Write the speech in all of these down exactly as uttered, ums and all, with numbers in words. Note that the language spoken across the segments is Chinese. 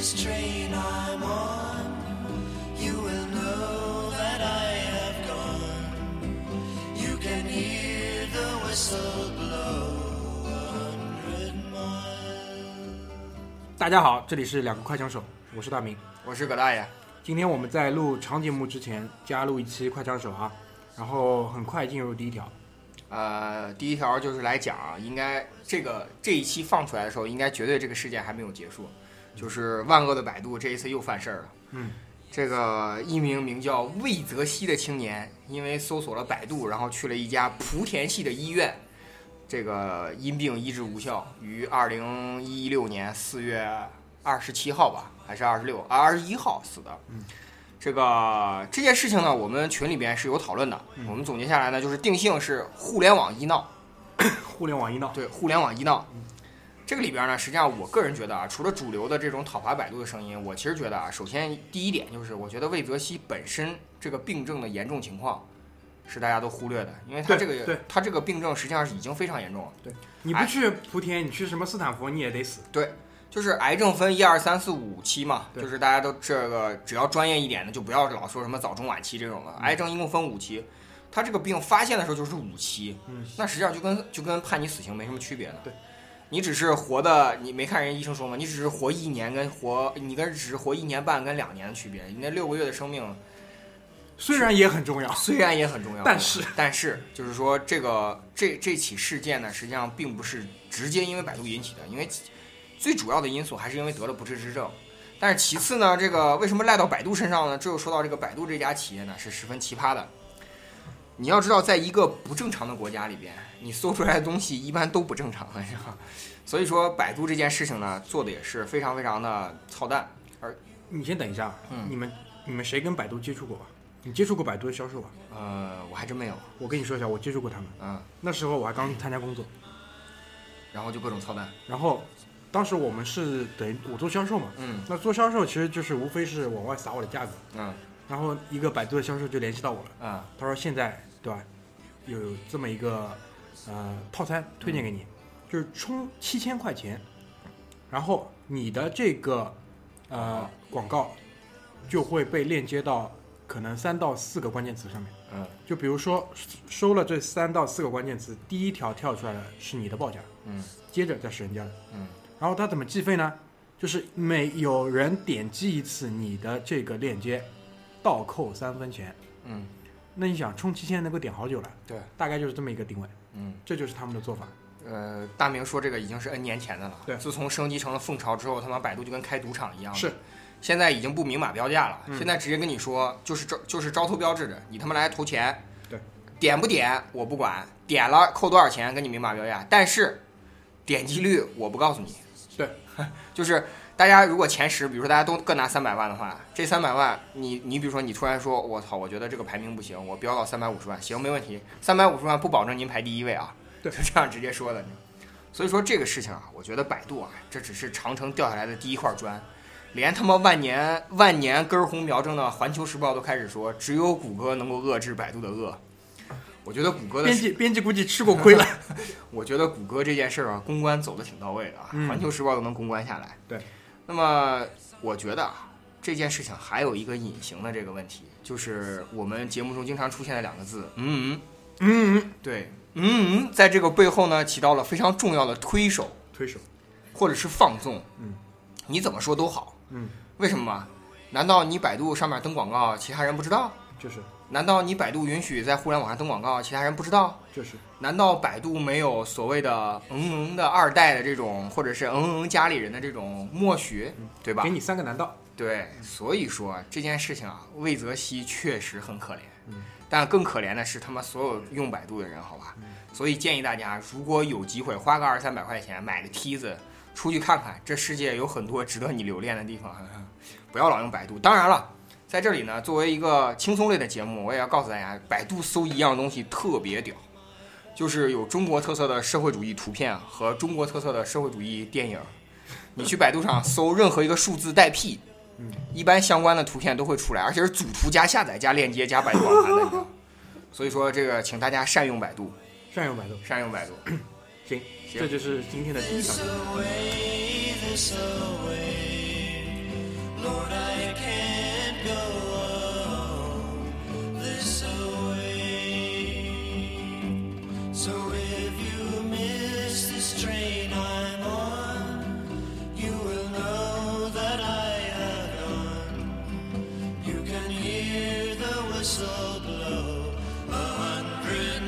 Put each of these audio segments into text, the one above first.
this train I'm on, you will know that I have gone. You can hear the whistle blow a hundred miles. 大家好，这里是两个快枪手，我是大明， 我是葛大爷。 今天我们在录长节目之前加录一期快枪手啊，然后很快进入第一条。 呃，第一条就是来讲啊，应该这个这一期放出来的时候，应该绝对这个事件还没有结束，就是万恶的百度这一次又犯事儿了。 嗯， 这个一名名叫魏则西的青年，因为搜索了百度，然后去了一家莆田系的医院，这个因病医治无效，于二零一六年四月二十七号吧，还是二十六啊二十一号死的。 嗯。 这个这件事情呢，我们群里边是有讨论的。嗯、我们总结下来呢，就是定性是互联网医闹。 互联网医闹， 对，互联网医闹。嗯、这个里边呢，实际上我个人觉得啊，除了主流的这种讨伐百度的声音，我其实觉得啊，首先第一点就是，我觉得魏则西本身这个病症的严重情况是大家都忽略的，因为他这个他这个病症实际上是已经非常严重了。 对，你不去莆田，你去什么斯坦福，你也得死。 对。就是癌症分一二三四五期嘛，就是大家都这个只要专业一点的，就不要老说什么早中晚期这种的。癌症一共分五期，他这个病发现的时候就是五期，嗯，那实际上就跟就跟判你死刑没什么区别的。 对， 你只是活的，你没看人医生说吗？你只是活一年跟活你跟只是活一年半跟两年的区别，你那六个月的生命虽然也很重要， 虽然也很重要， 但是但是就是说这个这这起事件呢，实际上并不是直接因为百度引起的，因为。最主要的因素还是因为得了不治之症，但是其次呢，这个为什么赖到百度身上呢？这就说到这个百度这家企业呢是十分奇葩的。你要知道，在一个不正常的国家里边，你搜出来的东西一般都不正常，是吧？所以说，百度这件事情呢做的也是非常非常的操蛋。而你先等一下， 嗯， 你们你们谁跟百度接触过吧？你接触过百度的销售吧？ 呃，我还真没有。 我跟你说一下，我接触过他们。 嗯， 那时候我还刚参加工作， 然后就各种操蛋， 然后。当时我们是等于我做销售嘛， 嗯， 那做销售其实就是无非是往外撒我的价格， 嗯， 然后一个百度的销售就联系到我了， 嗯， 他说现在对吧，有这么一个呃套餐推荐给你，嗯、就是充七千块钱，然后你的这个呃广告就会被链接到可能三到四个关键词上面， 嗯， 就比如说收了这三到四个关键词，第一条跳出来的是你的报价， 嗯， 接着再是人家的， 嗯。 然后他怎么计费呢？就是每有人点击一次你的这个链接，倒扣三分钱。 嗯， 那你想充七千能够点好久了？ 对， 大概就是这么一个定位。 嗯， 这就是他们的做法。 呃，大明说这个已经是 N 年前的了。 对， 自从升级成了凤巢之后，他妈百度就跟开赌场一样。 是， 现在已经不明码标价了， 嗯、 现在直接跟你说就是招就是招投标制的，你他妈来投钱。 对， 点不点我不管，点了扣多少钱跟你明码标价，但是点击率我不告诉你。 对， 就是大家如果前十，比如说大家都各拿三百万的话，这三百万，你你比如说你突然说，我操，我觉得这个排名不行，我标到三百五十万，行，没问题，三百五十万不保证您排第一位啊， 对， 就这样直接说的。所以说这个事情啊，我觉得百度啊，这只是长城掉下来的第一块砖，连他妈万年万年根红苗正的《环球时报》都开始说，只有谷歌能够遏制百度的恶。我觉得谷歌的编辑编辑估计吃过亏了。 我觉得谷歌这件事儿啊，公关走的挺到位的啊， 嗯、 环球时报都能公关下来。 对， 那么我觉得啊，这件事情还有一个隐形的这个问题，就是我们节目中经常出现的两个字，嗯嗯嗯， 对，嗯嗯，在这个背后呢，起到了非常重要的推手， 推手， 或者是放纵。 嗯， 你怎么说都好。 嗯， 为什么？难道你百度上面登广告，其他人不知道？ 就是。 难道你百度允许在互联网上登广告，其他人不知道？ 就是。 难道百度没有所谓的嗯嗯的二代的这种，或者是嗯嗯家里人的这种默许， 嗯、 对吧？ 给你三个难道？ 对，所以说这件事情啊，魏则西确实很可怜。 嗯。 但更可怜的是他们所有用百度的人，好吧？ 嗯、 所以建议大家，如果有机会花个二三百块钱买个梯子，出去看看，这世界有很多值得你留恋的地方。不要老用百度。当然了。在这里呢，作为一个轻松类的节目，我也要告诉大家，百度搜一样东西特别屌，就是有中国特色的社会主义图片和中国特色的社会主义电影。你去百度上搜任何一个数字带 P， 一般相关的图片都会出来，而且是主图加下载加链接加百度网盘的，你知道。所以说这个，请大家善用百度， 善用百度， 善用百度。 行，这就是今天的第一条。 Lord, I can't go on this away. So if you miss this train I'm on, you will know that I have gone. You can hear the whistle blow a hundred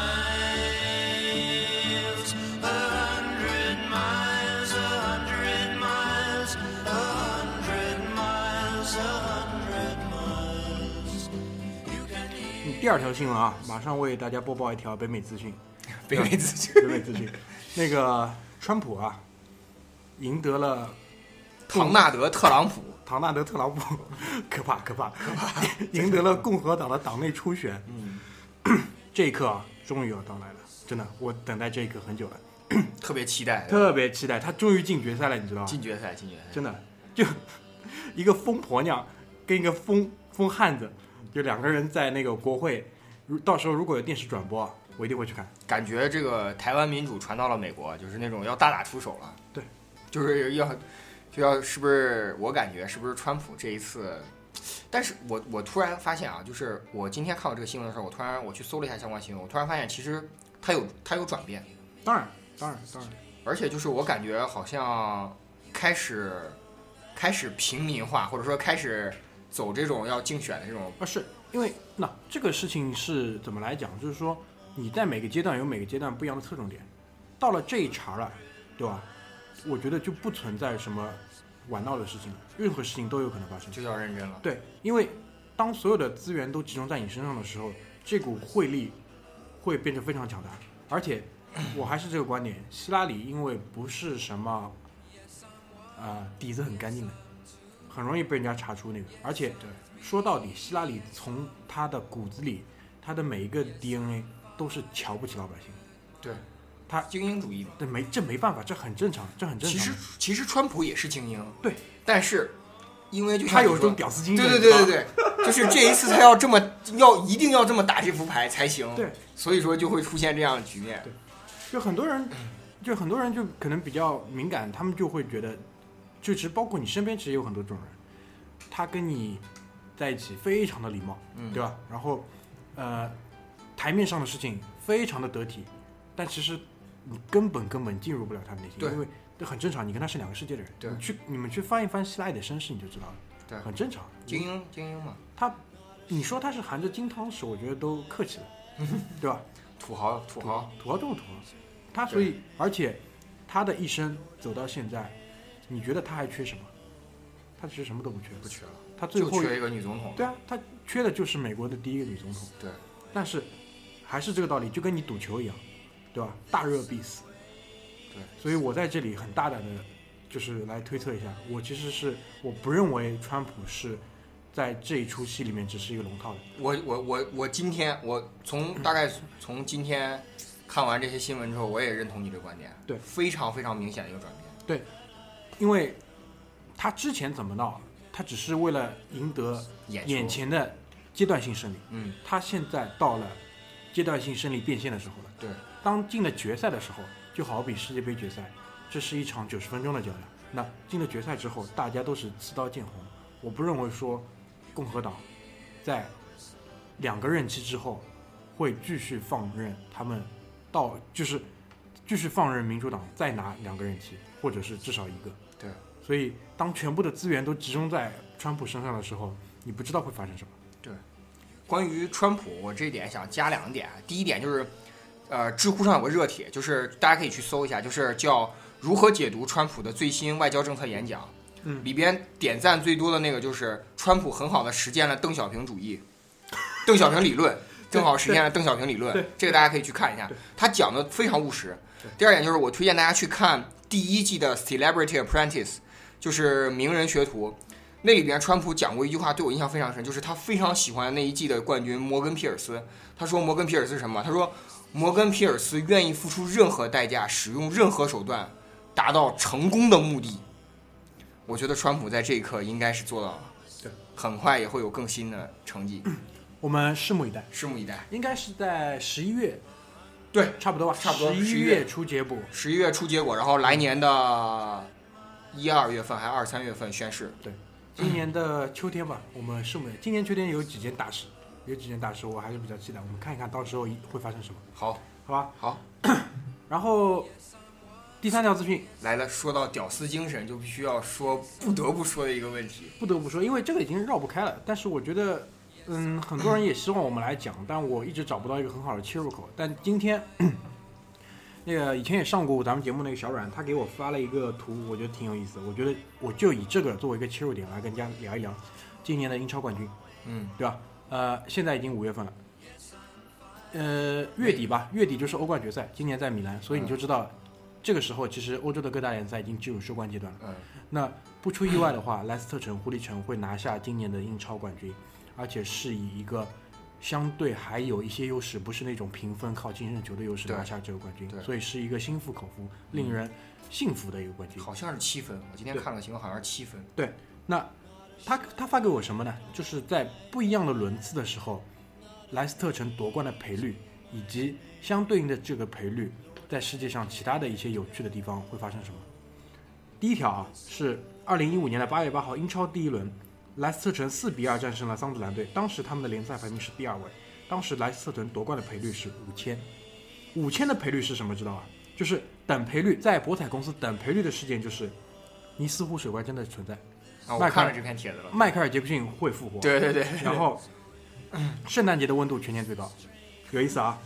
miles, a hundred miles, a hundred miles, a hundred miles, a hundred miles. You can hear. 第二条新闻啊，马上为大家播报一条北美资讯。 北美资讯， 北美资讯，那个川普啊，赢得了唐纳德·特朗普， 唐纳德·特朗普，可怕可怕可怕，赢得了共和党的党内初选。 嗯， 这一刻啊，终于要到来了，真的，我等待这一刻很久了， 特别期待， 特别期待，他终于进决赛了，你知道吗？ 进决赛，进决赛， 真的，就一个疯婆娘跟一个疯疯汉子，就两个人在那个国会，如到时候如果有电视转播，我一定会去看。 感觉这个台湾民主传到了美国，就是那种要大打出手了。 对， 就是要就要是不是？我感觉是不是川普这一次？但是我我突然发现啊，就是我今天看到这个新闻的时候，我突然我去搜了一下相关新闻，我突然发现其实它有它有转变。 当然，当然，当然。 而且就是我感觉好像开始开始平民化，或者说开始走这种要竞选的这种。 啊，是因为那这个事情是怎么来讲？就是说你在每个阶段有每个阶段不一样的侧重点，到了这一茬了，对吧？我觉得就不存在什么玩闹的事情了，任何事情都有可能发生， 就要认真了。 对，因为当所有的资源都集中在你身上的时候，这股汇力会变得非常强大。而且我还是这个观点，希拉里因为不是什么呃底子很干净的，很容易被人家查出那个。而且说到底，希拉里从他的骨子里，他的每一个 D N A 都是瞧不起老百姓。 对， 他精英主义嘛， 这没这没办法，这很正常，这很正常。 其实其实川普也是精英， 对， 但是因为就像他有一种屌丝精神， 对对对对对，就是这一次他要这么要一定要这么打这副牌才行， 对， 所以说就会出现这样的局面。 对，就很多人，就很多人就可能比较敏感，他们就会觉得，就其实包括你身边其实有很多这种人，他跟你在一起非常的礼貌， 嗯， 对吧？然后，呃，台面上的事情非常的得体，但其实你根本根本进入不了他的内心， 对， 因为这很正常，你跟他是两个世界的人。 对， 你去你们去翻一翻希拉里的身世，你就知道了， 对， 很正常。 精英精英嘛， 他，你说他是含着金汤匙，我觉得都客气了，对吧？ 土豪土豪土豪中的土豪，他所以而且他的一生走到现在，你觉得他还缺什么？他其实什么都不缺， 不缺了， 他最后就缺一个女总统。 对啊，他缺的就是美国的第一个女总统。 对， 但是还是这个道理，就跟你赌球一样，对吧？大热必死。 对， 所以我在这里很大胆的，就是来推测一下，我其实是我不认为川普是在这一出戏里面只是一个龙套的。 我我我我今天我从大概从今天看完这些新闻之后，我也认同你这个观点。 对， 非常非常明显的一个转变。 对，因为他之前怎么闹，他只是为了赢得眼前的阶段性胜利。 嗯， 他现在到了阶段性胜利变现的时候了。 对， 当进了决赛的时候，就好比世界杯决赛，这是一场九十分钟的较量。那进了决赛之后，大家都是刺刀见红。我不认为说共和党在两个任期之后会继续放任他们到，就是继续放任民主党再拿两个任期，或者是至少一个。 对， 所以当全部的资源都集中在川普身上的时候，你不知道会发生什么。 对，关于川普，我这一点想加两点。第一点就是，呃，知乎上有个热帖，就是大家可以去搜一下，就是叫如何解读川普的最新外交政策演讲。 嗯， 里边点赞最多的那个就是川普很好的实践了邓小平主义，邓小平理论，正好实现了邓小平理论。这个大家可以去看一下，他讲的非常务实。第二点就是我推荐大家去看第一季的 Celebrity Apprentice， 就是名人学徒。那里边川普讲过一句话对我印象非常深，就是他非常喜欢那一季的冠军摩根皮尔斯。他说摩根皮尔斯是什么？他说摩根皮尔斯愿意付出任何代价，使用任何手段，达到成功的目的。我觉得川普在这一刻应该是做到了， 对， 很快也会有更新的成绩。 我们拭目以待， 拭目以待。 应该是在十一月， 对， 差不多吧， 差不多十一月出结果， 十一月出结果，然后来年的一二月份还是二三月份宣誓。 对， 今年的秋天吧，我们拭目。今年秋天有几件大事，有几件大事，我还是比较期待。我们看一看到时候会发生什么。 好， 好吧。 好。 然后第三条资讯来了，说到屌丝精神，就必须要说不得不说的一个问题。 不得不说，因为这个已经绕不开了。但是我觉得，嗯，很多人也希望我们来讲，但我一直找不到一个很好的切入口。但今天。那个以前也上过咱们节目那个小阮，他给我发了一个图，我觉得挺有意思的。我觉得我就以这个作为一个切入点来跟大家聊一聊今年的英超冠军， 嗯， 对吧？呃，现在已经五月份了，呃，月底吧，月底就是欧冠决赛，今年在米兰，所以你就知道，这个时候其实欧洲的各大联赛已经进入收官阶段了。 嗯， 那不出意外的话，莱斯特城、狐狸城会拿下今年的英超冠军，而且是以一个。相对还有一些优势，不是那种评分靠净胜球的优势拿下这个冠军，所以是一个心服口服、令人幸福的一个冠军。 好像是七分，我今天看了情况，好像是七分。 对，那他他发给我什么呢？就是在不一样的轮次的时候，莱斯特城夺冠的赔率以及相对应的这个赔率，在世界上其他的一些有趣的地方会发生什么？第一条啊，是二零一五年的八月八号，英超第一轮。莱斯特城四比二战胜了桑德兰队，当时他们的联赛排名是第二位。当时莱斯特城夺冠的赔率是五千，五千的赔率是什么？知道吧？就是等赔率，在博彩公司等赔率的事件就是尼斯湖水怪真的存在。 啊，我看了这篇帖子了。 迈克尔·杰克逊会复活。 对对 对, 对。 然后，圣诞节的温度全年最高，有意思啊。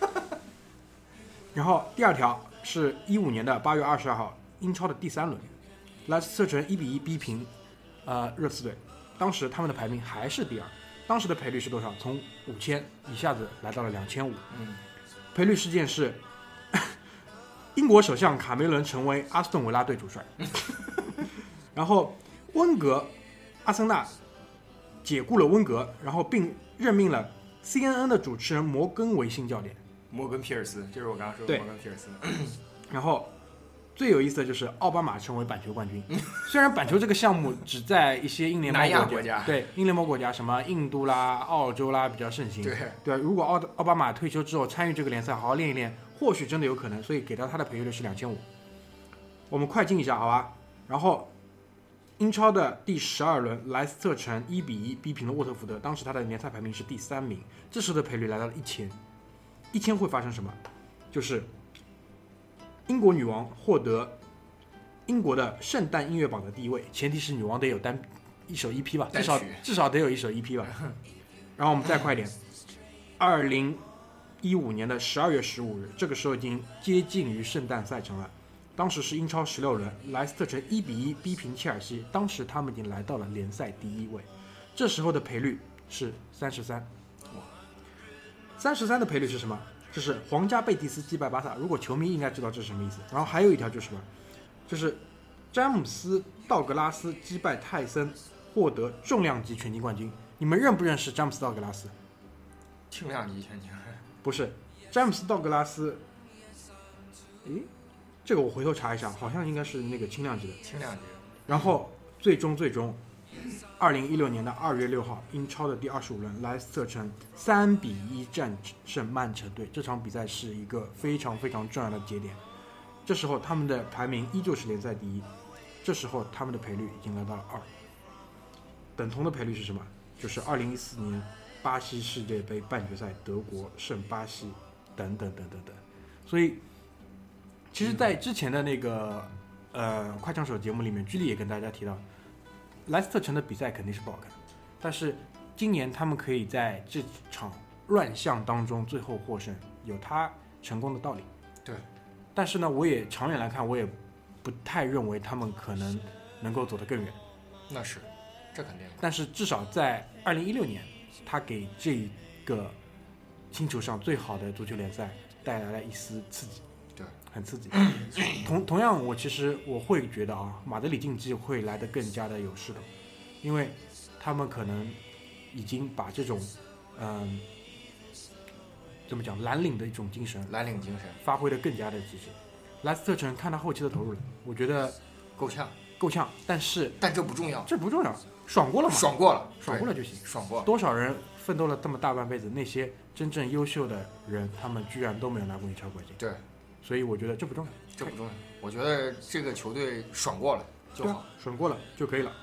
然后第二条是一五年的八月二十二号，英超的第三轮，莱斯特城一比一逼平，呃，热刺队。当时他们的排名还是第二，当时的赔率是多少？从五千一下子来到了两千五。 嗯， 赔率事件是英国首相卡梅伦成为阿斯顿维拉队主帅，然后温格、阿森纳解雇了温格，然后并任命了 C N N 的主持人摩根为新教练。 摩根皮尔斯就是我刚刚说的摩根皮尔斯。 然后。最有意思的就是奥巴马成为板球冠军，虽然板球这个项目只在一些英联邦国家， 南亚国家对英联邦国家什么印度啦、澳洲啦比较盛行， 对对。如果奥奥巴马退休之后参与这个联赛，好好练一练，或许真的有可能。所以给到他的赔率是两千五。我们快进一下，好吧？然后英超的第十二轮，莱斯特城一比一逼平了沃特福德，当时他的联赛排名是第三名，这时候的赔率来到了一千，一千会发生什么？就是。英国女王获得英国的圣诞音乐榜的第一位，前提是女王得有单一首 E P 吧，至少至少得有一首 E P 吧。然后我们再快一点，二零一五年的十二月十五日，这个时候已经接近于圣诞赛程了。当时是英超十六轮，莱斯特城一比一逼平切尔西，当时他们已经来到了联赛第一位，这时候的赔率是三十三。哇，三十三的赔率是什么？就是皇家贝蒂斯击败巴萨，如果球迷应该知道这是什么意思。然后还有一条就是什么，就是詹姆斯·道格拉斯击败泰森，获得重量级拳击冠军。你们认不认识詹姆斯·道格拉斯？ 轻量级拳击？ 不是，詹姆斯·道格拉斯，诶，这个我回头查一下，好像应该是那个轻量级的。 轻量级。 然后最终最终。二零一六年的二月六号，英超的第二十五轮，莱斯特城三比一战胜曼城队。这场比赛是一个非常非常重要的节点。这时候他们的排名依旧是联赛第一，这时候他们的赔率已经来到了二。等同的赔率是什么？就是二零一四年巴西世界杯半决赛，德国胜巴西，等等等等等。所以，其实，在之前的那个呃快枪手节目里面，居里也跟大家提到。莱斯特城的比赛肯定是不好看，但是今年他们可以在这场乱象当中最后获胜，有他成功的道理。 对， 但是呢，我也长远来看，我也不太认为他们可能能够走得更远。 那是，这肯定。 但是至少在二零一六年，他给这个星球上最好的足球联赛带来了一丝刺激。 对， 很刺激。同同样，我其实我会觉得啊，马德里竞技会来得更加的有势头，因为他们可能已经把这种嗯怎么讲蓝领的一种精神， 蓝领精神发挥得更加的极致。莱斯特城看他后期的投入了，我觉得够呛， 够呛。但是但这不重要， 这不重要，爽过了嘛， 爽过了， 爽过了就行， 爽过了。 多少人奋斗了这么大半辈子，那些真正优秀的人，他们居然都没有拿过英超冠军。 对。 所以我觉得这不重要， 这不重要。我觉得这个球队爽过了就好， 爽过了就可以了。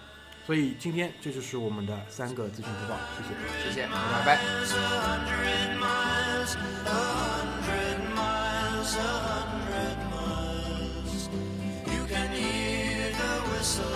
所以今天这就是我们的三个资讯播报，谢谢， 谢谢，拜拜。 You can hear the whistle